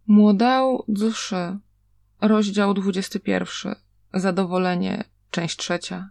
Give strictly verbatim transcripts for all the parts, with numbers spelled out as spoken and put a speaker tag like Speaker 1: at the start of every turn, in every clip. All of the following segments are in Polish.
Speaker 1: Młodał Zszy, rozdział dwudziesty pierwszy. Zadowolenie, część trzecia.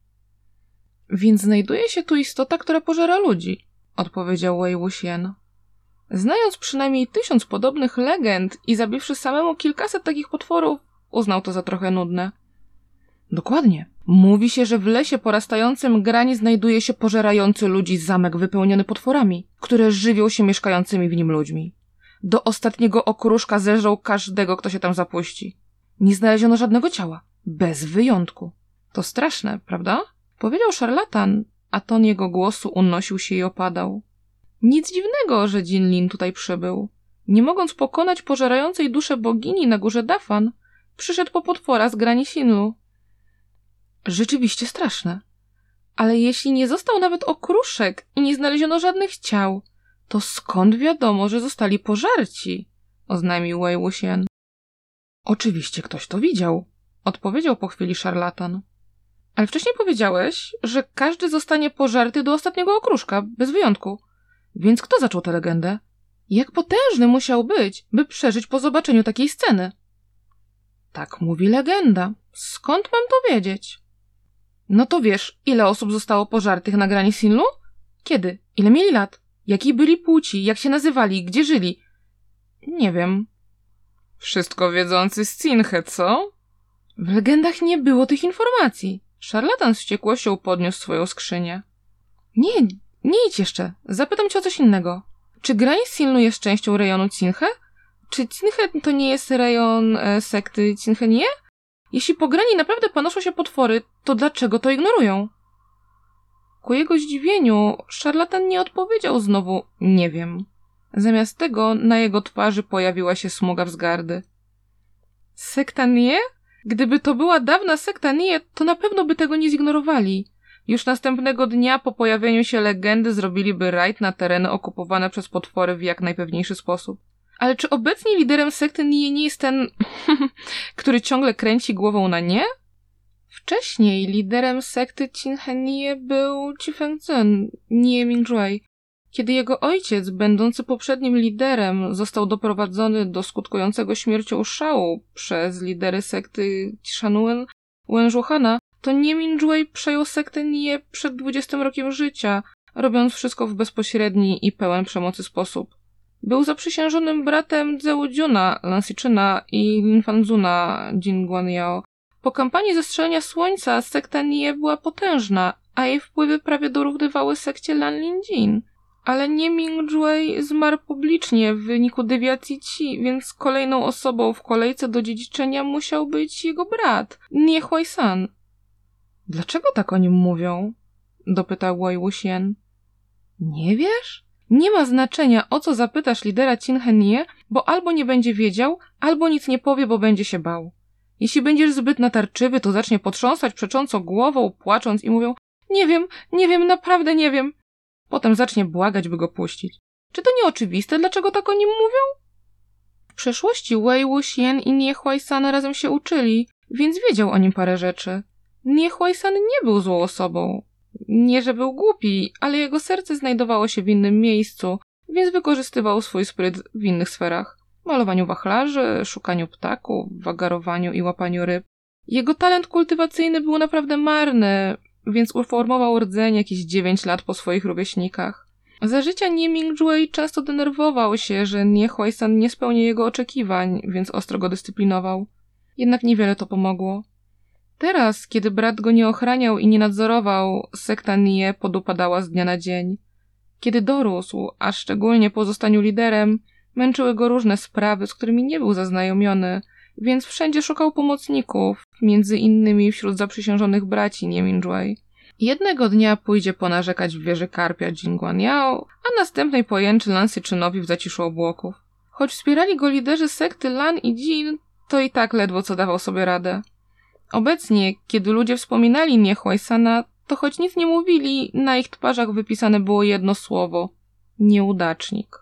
Speaker 1: Więc znajduje się tu istota, która pożera ludzi, odpowiedział Wei Wuxian. Znając przynajmniej tysiąc podobnych legend i zabiwszy samemu kilkaset takich potworów, uznał to za trochę nudne. Dokładnie. Mówi się, że w lesie porastającym grani znajduje się pożerający ludzi zamek wypełniony potworami, które żywią się mieszkającymi w nim ludźmi. Do ostatniego okruszka zeżrą każdego, kto się tam zapuści. Nie znaleziono żadnego ciała. Bez wyjątku. To straszne, prawda? Powiedział szarlatan, a ton jego głosu unosił się i opadał. Nic dziwnego, że Jinlin tutaj przybył. Nie mogąc pokonać pożerającej duszę bogini na górze Dafan, przyszedł po potwora z grani Sinlu. Rzeczywiście straszne. Ale jeśli nie został nawet okruszek i nie znaleziono żadnych ciał, to skąd wiadomo, że zostali pożarci? Oznajmił Wei Wuxian. Oczywiście ktoś to widział, odpowiedział po chwili szarlatan. Ale wcześniej powiedziałeś, że każdy zostanie pożarty do ostatniego okruszka, bez wyjątku. Więc kto zaczął tę legendę? Jak potężny musiał być, by przeżyć po zobaczeniu takiej sceny? Tak mówi legenda. Skąd mam to wiedzieć? No to wiesz, ile osób zostało pożartych na grani Sinlu? Kiedy? Ile mieli lat? Jakiej byli płci? Jak się nazywali? Gdzie żyli? Nie wiem. Wszystko wiedzący z Cinche, co? W legendach nie było tych informacji. Szarlatan z wściekłością podniósł swoją skrzynię. Nie, nie idź jeszcze. Zapytam cię o coś innego. Czy granic Sinlu jest częścią rejonu Cinche? Czy Cinche to nie jest rejon e, sekty Cinche-Nie? Jeśli po grani naprawdę panoszą się potwory, to dlaczego to ignorują? Ku jego zdziwieniu, szarlatan nie odpowiedział znowu nie wiem. Zamiast tego na jego twarzy pojawiła się smuga wzgardy. Sekta Nie? Gdyby to była dawna sekta Nie, to na pewno by tego nie zignorowali. Już następnego dnia po pojawieniu się legendy zrobiliby rajd na tereny okupowane przez potwory w jak najpewniejszy sposób. Ale czy obecnie liderem sekty Nie nie jest ten, który ciągle kręci głową na nie? Wcześniej liderem sekty Cinche-Nie był Qi Fengzhen, Nie Mingzhuai. Kiedy jego ojciec, będący poprzednim liderem, został doprowadzony do skutkującego śmiercią szału przez lidery sekty Shanwen Wenzhuhana, to Nie Mingzhuai przejął sektę Nie przed dwudziestym rokiem życia, robiąc wszystko w bezpośredni i pełen przemocy sposób. Był zaprzysiężonym bratem Zhou Juna, Lansiczyna i Linfanzuna, Jin Guanyao. Po kampanii zestrzelenia słońca sekta Nie była potężna, a jej wpływy prawie dorównywały sekcie Lan Linjin. Ale Nie Mingzhuai zmarł publicznie w wyniku dewiacji Qi, więc kolejną osobą w kolejce do dziedziczenia musiał być jego brat, Nie Huaisan. Dlaczego tak o nim mówią? Dopytał Wei Wuxian. Nie wiesz? Nie ma znaczenia, o co zapytasz lidera Cinche-Nie, bo albo nie będzie wiedział, albo nic nie powie, bo będzie się bał. Jeśli będziesz zbyt natarczywy, to zacznie potrząsać przecząco głową, płacząc i mówią nie wiem, nie wiem, naprawdę nie wiem. Potem zacznie błagać, by go puścić. Czy to nie oczywiste, dlaczego tak o nim mówią? W przeszłości Wei Wuxian i Nie Huaisan razem się uczyli, więc wiedział o nim parę rzeczy. Nie Huaisan nie był złą osobą. Nie, że był głupi, ale jego serce znajdowało się w innym miejscu, więc wykorzystywał swój spryt w innych sferach. Malowaniu wachlarzy, szukaniu ptaków, wagarowaniu i łapaniu ryb. Jego talent kultywacyjny był naprawdę marny, więc uformował rdzeń jakieś dziewięć lat po swoich rówieśnikach. Za życia Nie Mingzhuai często denerwował się, że Nie Huaisan nie spełnia jego oczekiwań, więc ostro go dyscyplinował. Jednak niewiele to pomogło. Teraz, kiedy brat go nie ochraniał i nie nadzorował, sekta Nie podupadała z dnia na dzień. Kiedy dorósł, a szczególnie po zostaniu liderem, męczyły go różne sprawy, z którymi nie był zaznajomiony, więc wszędzie szukał pomocników, między innymi wśród zaprzysiężonych braci Nie Mingzhuai. Jednego dnia pójdzie ponarzekać w wieży karpia Jin Guanyao, a następnej pojęczy Lansiczynowi w zaciszu obłoków. Choć wspierali go liderzy sekty Lan i Jin, to i tak ledwo co dawał sobie radę. Obecnie, kiedy ludzie wspominali Nie Huaisana, to choć nic nie mówili, na ich twarzach wypisane było jedno słowo – nieudacznik.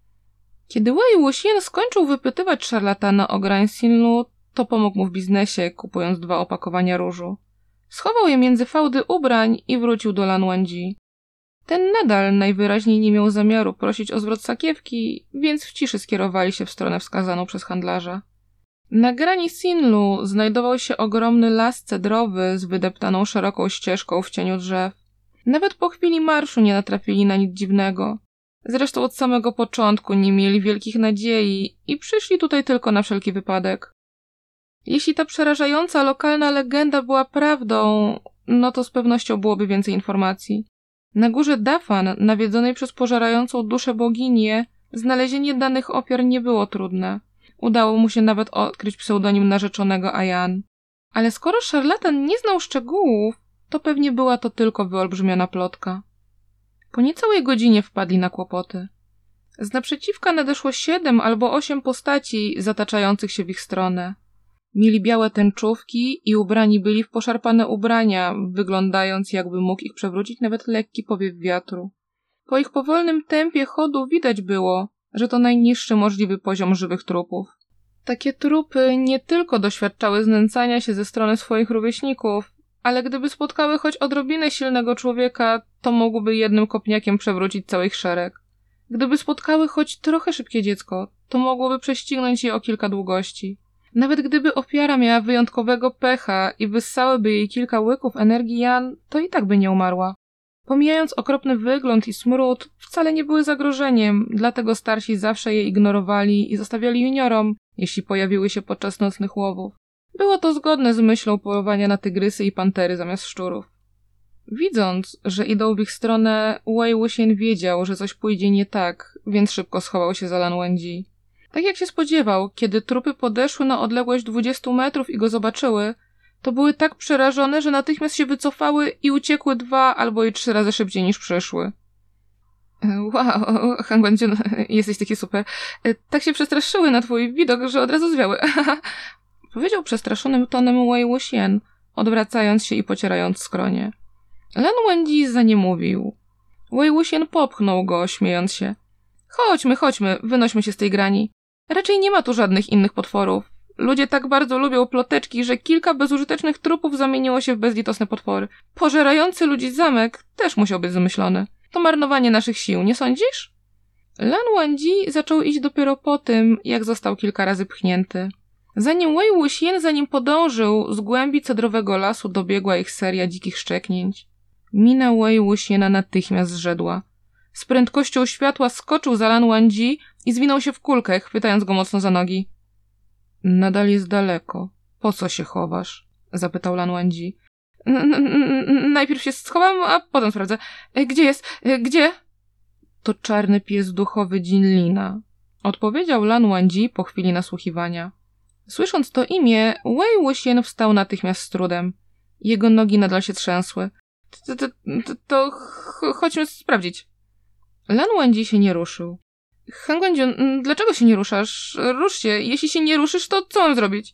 Speaker 1: Kiedy Wei Wuxian skończył wypytywać szarlatana o grań Sinlu, to pomógł mu w biznesie, kupując dwa opakowania różu. Schował je między fałdy ubrań i wrócił do Lan Wangji. Ten nadal najwyraźniej nie miał zamiaru prosić o zwrot sakiewki, więc w ciszy skierowali się w stronę wskazaną przez handlarza. Na grani Sinlu znajdował się ogromny las cedrowy z wydeptaną szeroką ścieżką w cieniu drzew. Nawet po chwili marszu nie natrafili na nic dziwnego. Zresztą od samego początku nie mieli wielkich nadziei i przyszli tutaj tylko na wszelki wypadek. Jeśli ta przerażająca lokalna legenda była prawdą, no to z pewnością byłoby więcej informacji. Na górze Dafan, nawiedzonej przez pożerającą duszę boginię, znalezienie danych ofiar nie było trudne. Udało mu się nawet odkryć pseudonim narzeczonego Ayan. Ale skoro szarlatan nie znał szczegółów, to pewnie była to tylko wyolbrzymiona plotka. Po niecałej godzinie wpadli na kłopoty. Z naprzeciwka nadeszło siedem albo osiem postaci zataczających się w ich stronę. Mieli białe tęczówki i ubrani byli w poszarpane ubrania, wyglądając jakby mógł ich przewrócić nawet lekki powiew wiatru. Po ich powolnym tempie chodu widać było, że to najniższy możliwy poziom żywych trupów. Takie trupy nie tylko doświadczały znęcania się ze strony swoich rówieśników, ale gdyby spotkały choć odrobinę silnego człowieka, to mogłyby jednym kopniakiem przewrócić cały ich szereg. Gdyby spotkały choć trochę szybkie dziecko, to mogłoby prześcignąć je o kilka długości. Nawet gdyby ofiara miała wyjątkowego pecha i wyssałyby jej kilka łyków energii Jan, to i tak by nie umarła. Pomijając okropny wygląd i smród, wcale nie były zagrożeniem, dlatego starsi zawsze je ignorowali i zostawiali juniorom, jeśli pojawiły się podczas nocnych łowów. Było to zgodne z myślą polowania na tygrysy i pantery zamiast szczurów. Widząc, że idą w ich stronę, Wei Wuxian wiedział, że coś pójdzie nie tak, więc szybko schował się za Lan Wangji. Tak jak się spodziewał, kiedy trupy podeszły na odległość dwudziestu metrów i go zobaczyły, to były tak przerażone, że natychmiast się wycofały i uciekły dwa albo i trzy razy szybciej niż przyszły. Wow, Han Guangjian, jesteś taki super. Tak się przestraszyły na twój widok, że od razu zwiały. Powiedział przestraszonym tonem Wei Wuxian, odwracając się i pocierając skronie. Lan Wangji zaniemówił. Wei Wuxian popchnął go, śmiejąc się. Chodźmy, chodźmy, wynośmy się z tej grani. Raczej nie ma tu żadnych innych potworów. Ludzie tak bardzo lubią ploteczki, że kilka bezużytecznych trupów zamieniło się w bezlitosne potwory. Pożerający ludzi zamek też musiał być zmyślony. To marnowanie naszych sił, nie sądzisz? Lan Wangji zaczął iść dopiero po tym, jak został kilka razy pchnięty. Zanim Wei Wuxian za nim podążył, z głębi cedrowego lasu dobiegła ich seria dzikich szczeknięć. Mina Wei Wuxiana natychmiast zrzedła. Z prędkością światła skoczył za Lan Wangji i zwinął się w kulkę, chwytając go mocno za nogi. Nadal jest daleko. Po co się chowasz? Zapytał Lan Wangji. Najpierw się schowam, a potem sprawdzę. Gdzie jest? Gdzie? To czarny pies duchowy Jinlina. Odpowiedział Lan Wangji po chwili nasłuchiwania. Słysząc to imię, Wei Wuxian wstał natychmiast z trudem. Jego nogi nadal się trzęsły. To, to, to, to chodźmy sprawdzić. Lan Wangji się nie ruszył. Han Guangjian, dlaczego się nie ruszasz? Rusz się. Jeśli się nie ruszysz, to co mam zrobić?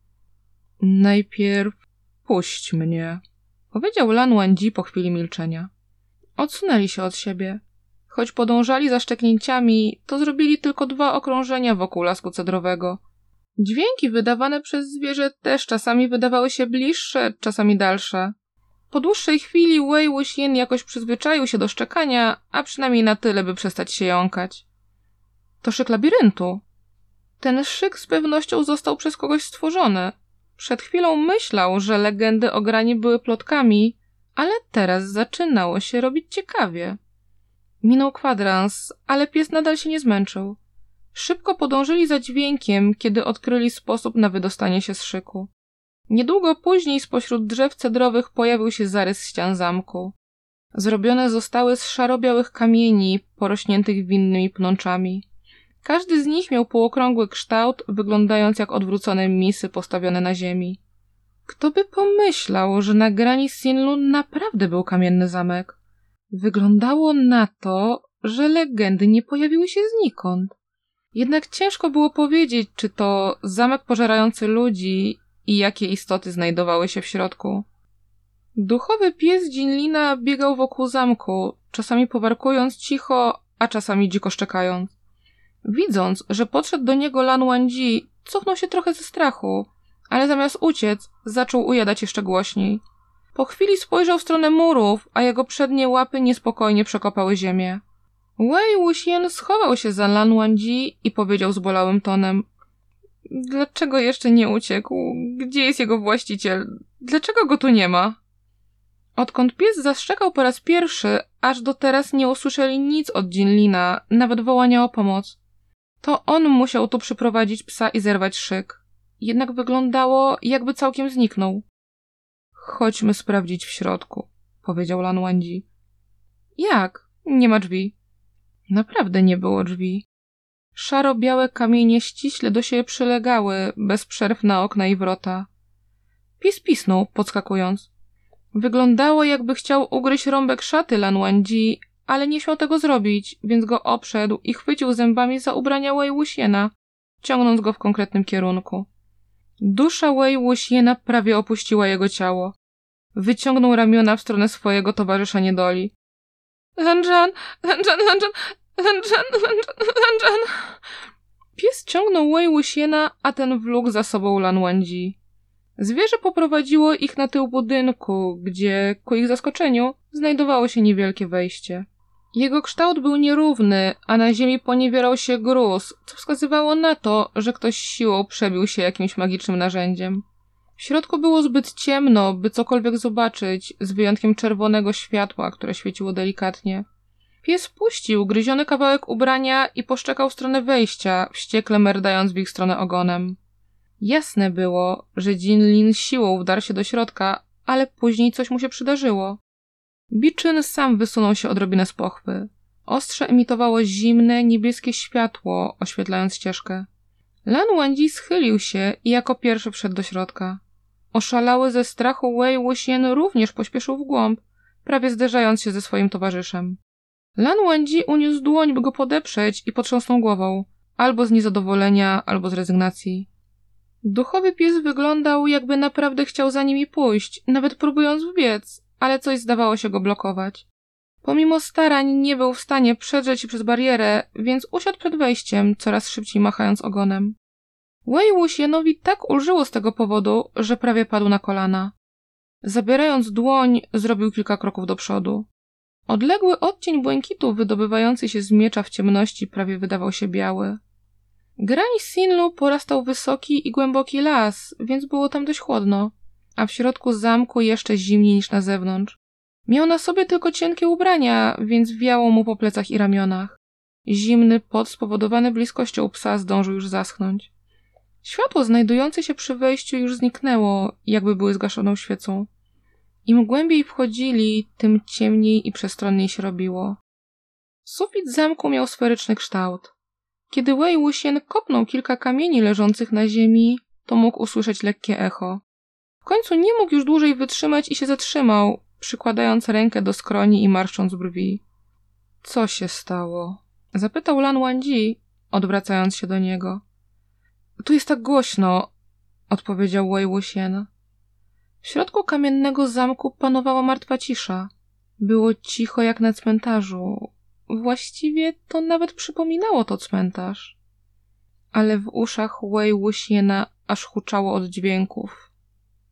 Speaker 1: Najpierw puść mnie, powiedział Lan Wangji po chwili milczenia. Odsunęli się od siebie. Choć podążali za szczeknięciami, to zrobili tylko dwa okrążenia wokół lasku cedrowego. Dźwięki wydawane przez zwierzę też czasami wydawały się bliższe, czasami dalsze. Po dłuższej chwili Wei Wuxian jakoś przyzwyczaił się do szczekania, a przynajmniej na tyle, by przestać się jąkać. To szyk labiryntu. Ten szyk z pewnością został przez kogoś stworzony. Przed chwilą myślał, że legendy o grani były plotkami, ale teraz zaczynało się robić ciekawie. Minął kwadrans, ale pies nadal się nie zmęczył. Szybko podążyli za dźwiękiem, kiedy odkryli sposób na wydostanie się z szyku. Niedługo później spośród drzew cedrowych pojawił się zarys ścian zamku. Zrobione zostały z szaro-białych kamieni, porośniętych winnymi pnączami. Każdy z nich miał półokrągły kształt, wyglądając jak odwrócone misy postawione na ziemi. Kto by pomyślał, że na grani Sinlu naprawdę był kamienny zamek? Wyglądało na to, że legendy nie pojawiły się znikąd. Jednak ciężko było powiedzieć, czy to zamek pożerający ludzi i jakie istoty znajdowały się w środku. Duchowy pies Jinlina biegał wokół zamku, czasami powarkując cicho, a czasami dziko szczekając. Widząc, że podszedł do niego Lan Wangji, cofnął się trochę ze strachu, ale zamiast uciec, zaczął ujadać jeszcze głośniej. Po chwili spojrzał w stronę murów, a jego przednie łapy niespokojnie przekopały ziemię. Wei Wuxian schował się za Lan Wangji i powiedział zbolałym tonem: dlaczego jeszcze nie uciekł? Gdzie jest jego właściciel? Dlaczego go tu nie ma? Odkąd pies zaszczekał po raz pierwszy, aż do teraz nie usłyszeli nic od Jinlina, nawet wołania o pomoc. To on musiał tu przyprowadzić psa i zerwać szyk. Jednak wyglądało, jakby całkiem zniknął. Chodźmy sprawdzić w środku, powiedział Lan Wangji. Jak? Nie ma drzwi. Naprawdę nie było drzwi. Szaro-białe kamienie ściśle do siebie przylegały, bez przerw na okna i wrota. Pies pisnął, podskakując. Wyglądało, jakby chciał ugryźć rąbek szaty Lan Wangji, ale nie śmiał tego zrobić, więc go obszedł i chwycił zębami za ubrania Wei Wuxiana, ciągnąc go w konkretnym kierunku. Dusza Wei Wuxiana prawie opuściła jego ciało. Wyciągnął ramiona w stronę swojego towarzysza niedoli. Lanjan, Lanjan, Lanjan, Lanjan, Lanjan. Pies ciągnął Wei Wuxiana, a ten wlókł za sobą Lan Wangji. Zwierzę poprowadziło ich na tył budynku, gdzie, ku ich zaskoczeniu, znajdowało się niewielkie wejście. Jego kształt był nierówny, a na ziemi poniewierał się gruz, co wskazywało na to, że ktoś siłą przebił się jakimś magicznym narzędziem. W środku było zbyt ciemno, by cokolwiek zobaczyć, z wyjątkiem czerwonego światła, które świeciło delikatnie. Pies puścił gryziony kawałek ubrania i poszczekał w stronę wejścia, wściekle merdając w ich stronę ogonem. Jasne było, że Jinlin siłą wdarł się do środka, ale później coś mu się przydarzyło. Biczyn sam wysunął się odrobinę z pochwy. Ostrze emitowało zimne, niebieskie światło, oświetlając ścieżkę. Lan Wangji schylił się i jako pierwszy wszedł do środka. Oszalały ze strachu Wei Wuxian również pośpieszył w głąb, prawie zderzając się ze swoim towarzyszem. Lan Wangji uniósł dłoń, by go podeprzeć i potrząsnął głową, albo z niezadowolenia, albo z rezygnacji. Duchowy pies wyglądał, jakby naprawdę chciał za nimi pójść, nawet próbując wbiec, ale coś zdawało się go blokować. Pomimo starań nie był w stanie przedrzeć się przez barierę, więc usiadł przed wejściem, coraz szybciej machając ogonem. Wei Wuxianowi tak ulżyło z tego powodu, że prawie padł na kolana. Zabierając dłoń, zrobił kilka kroków do przodu. Odległy odcień błękitu wydobywający się z miecza w ciemności prawie wydawał się biały. Grań Sinlu porastał wysoki i głęboki las, więc było tam dość chłodno, a w środku zamku jeszcze zimniej niż na zewnątrz. Miał na sobie tylko cienkie ubrania, więc wiało mu po plecach i ramionach. Zimny pot spowodowany bliskością psa zdążył już zaschnąć. Światło znajdujące się przy wejściu już zniknęło, jakby były zgaszoną świecą. Im głębiej wchodzili, tym ciemniej i przestronniej się robiło. Sufit zamku miał sferyczny kształt. Kiedy Wei Wuxian kopnął kilka kamieni leżących na ziemi, to mógł usłyszeć lekkie echo. W końcu nie mógł już dłużej wytrzymać i się zatrzymał, przykładając rękę do skroni i marszcząc brwi. Co się stało? Zapytał Lan Wangji, odwracając się do niego. Tu jest tak głośno, odpowiedział Wei Wuxian. W środku kamiennego zamku panowała martwa cisza. Było cicho jak na cmentarzu. Właściwie to nawet przypominało to cmentarz. Ale w uszach Wei Wuxiana aż huczało od dźwięków.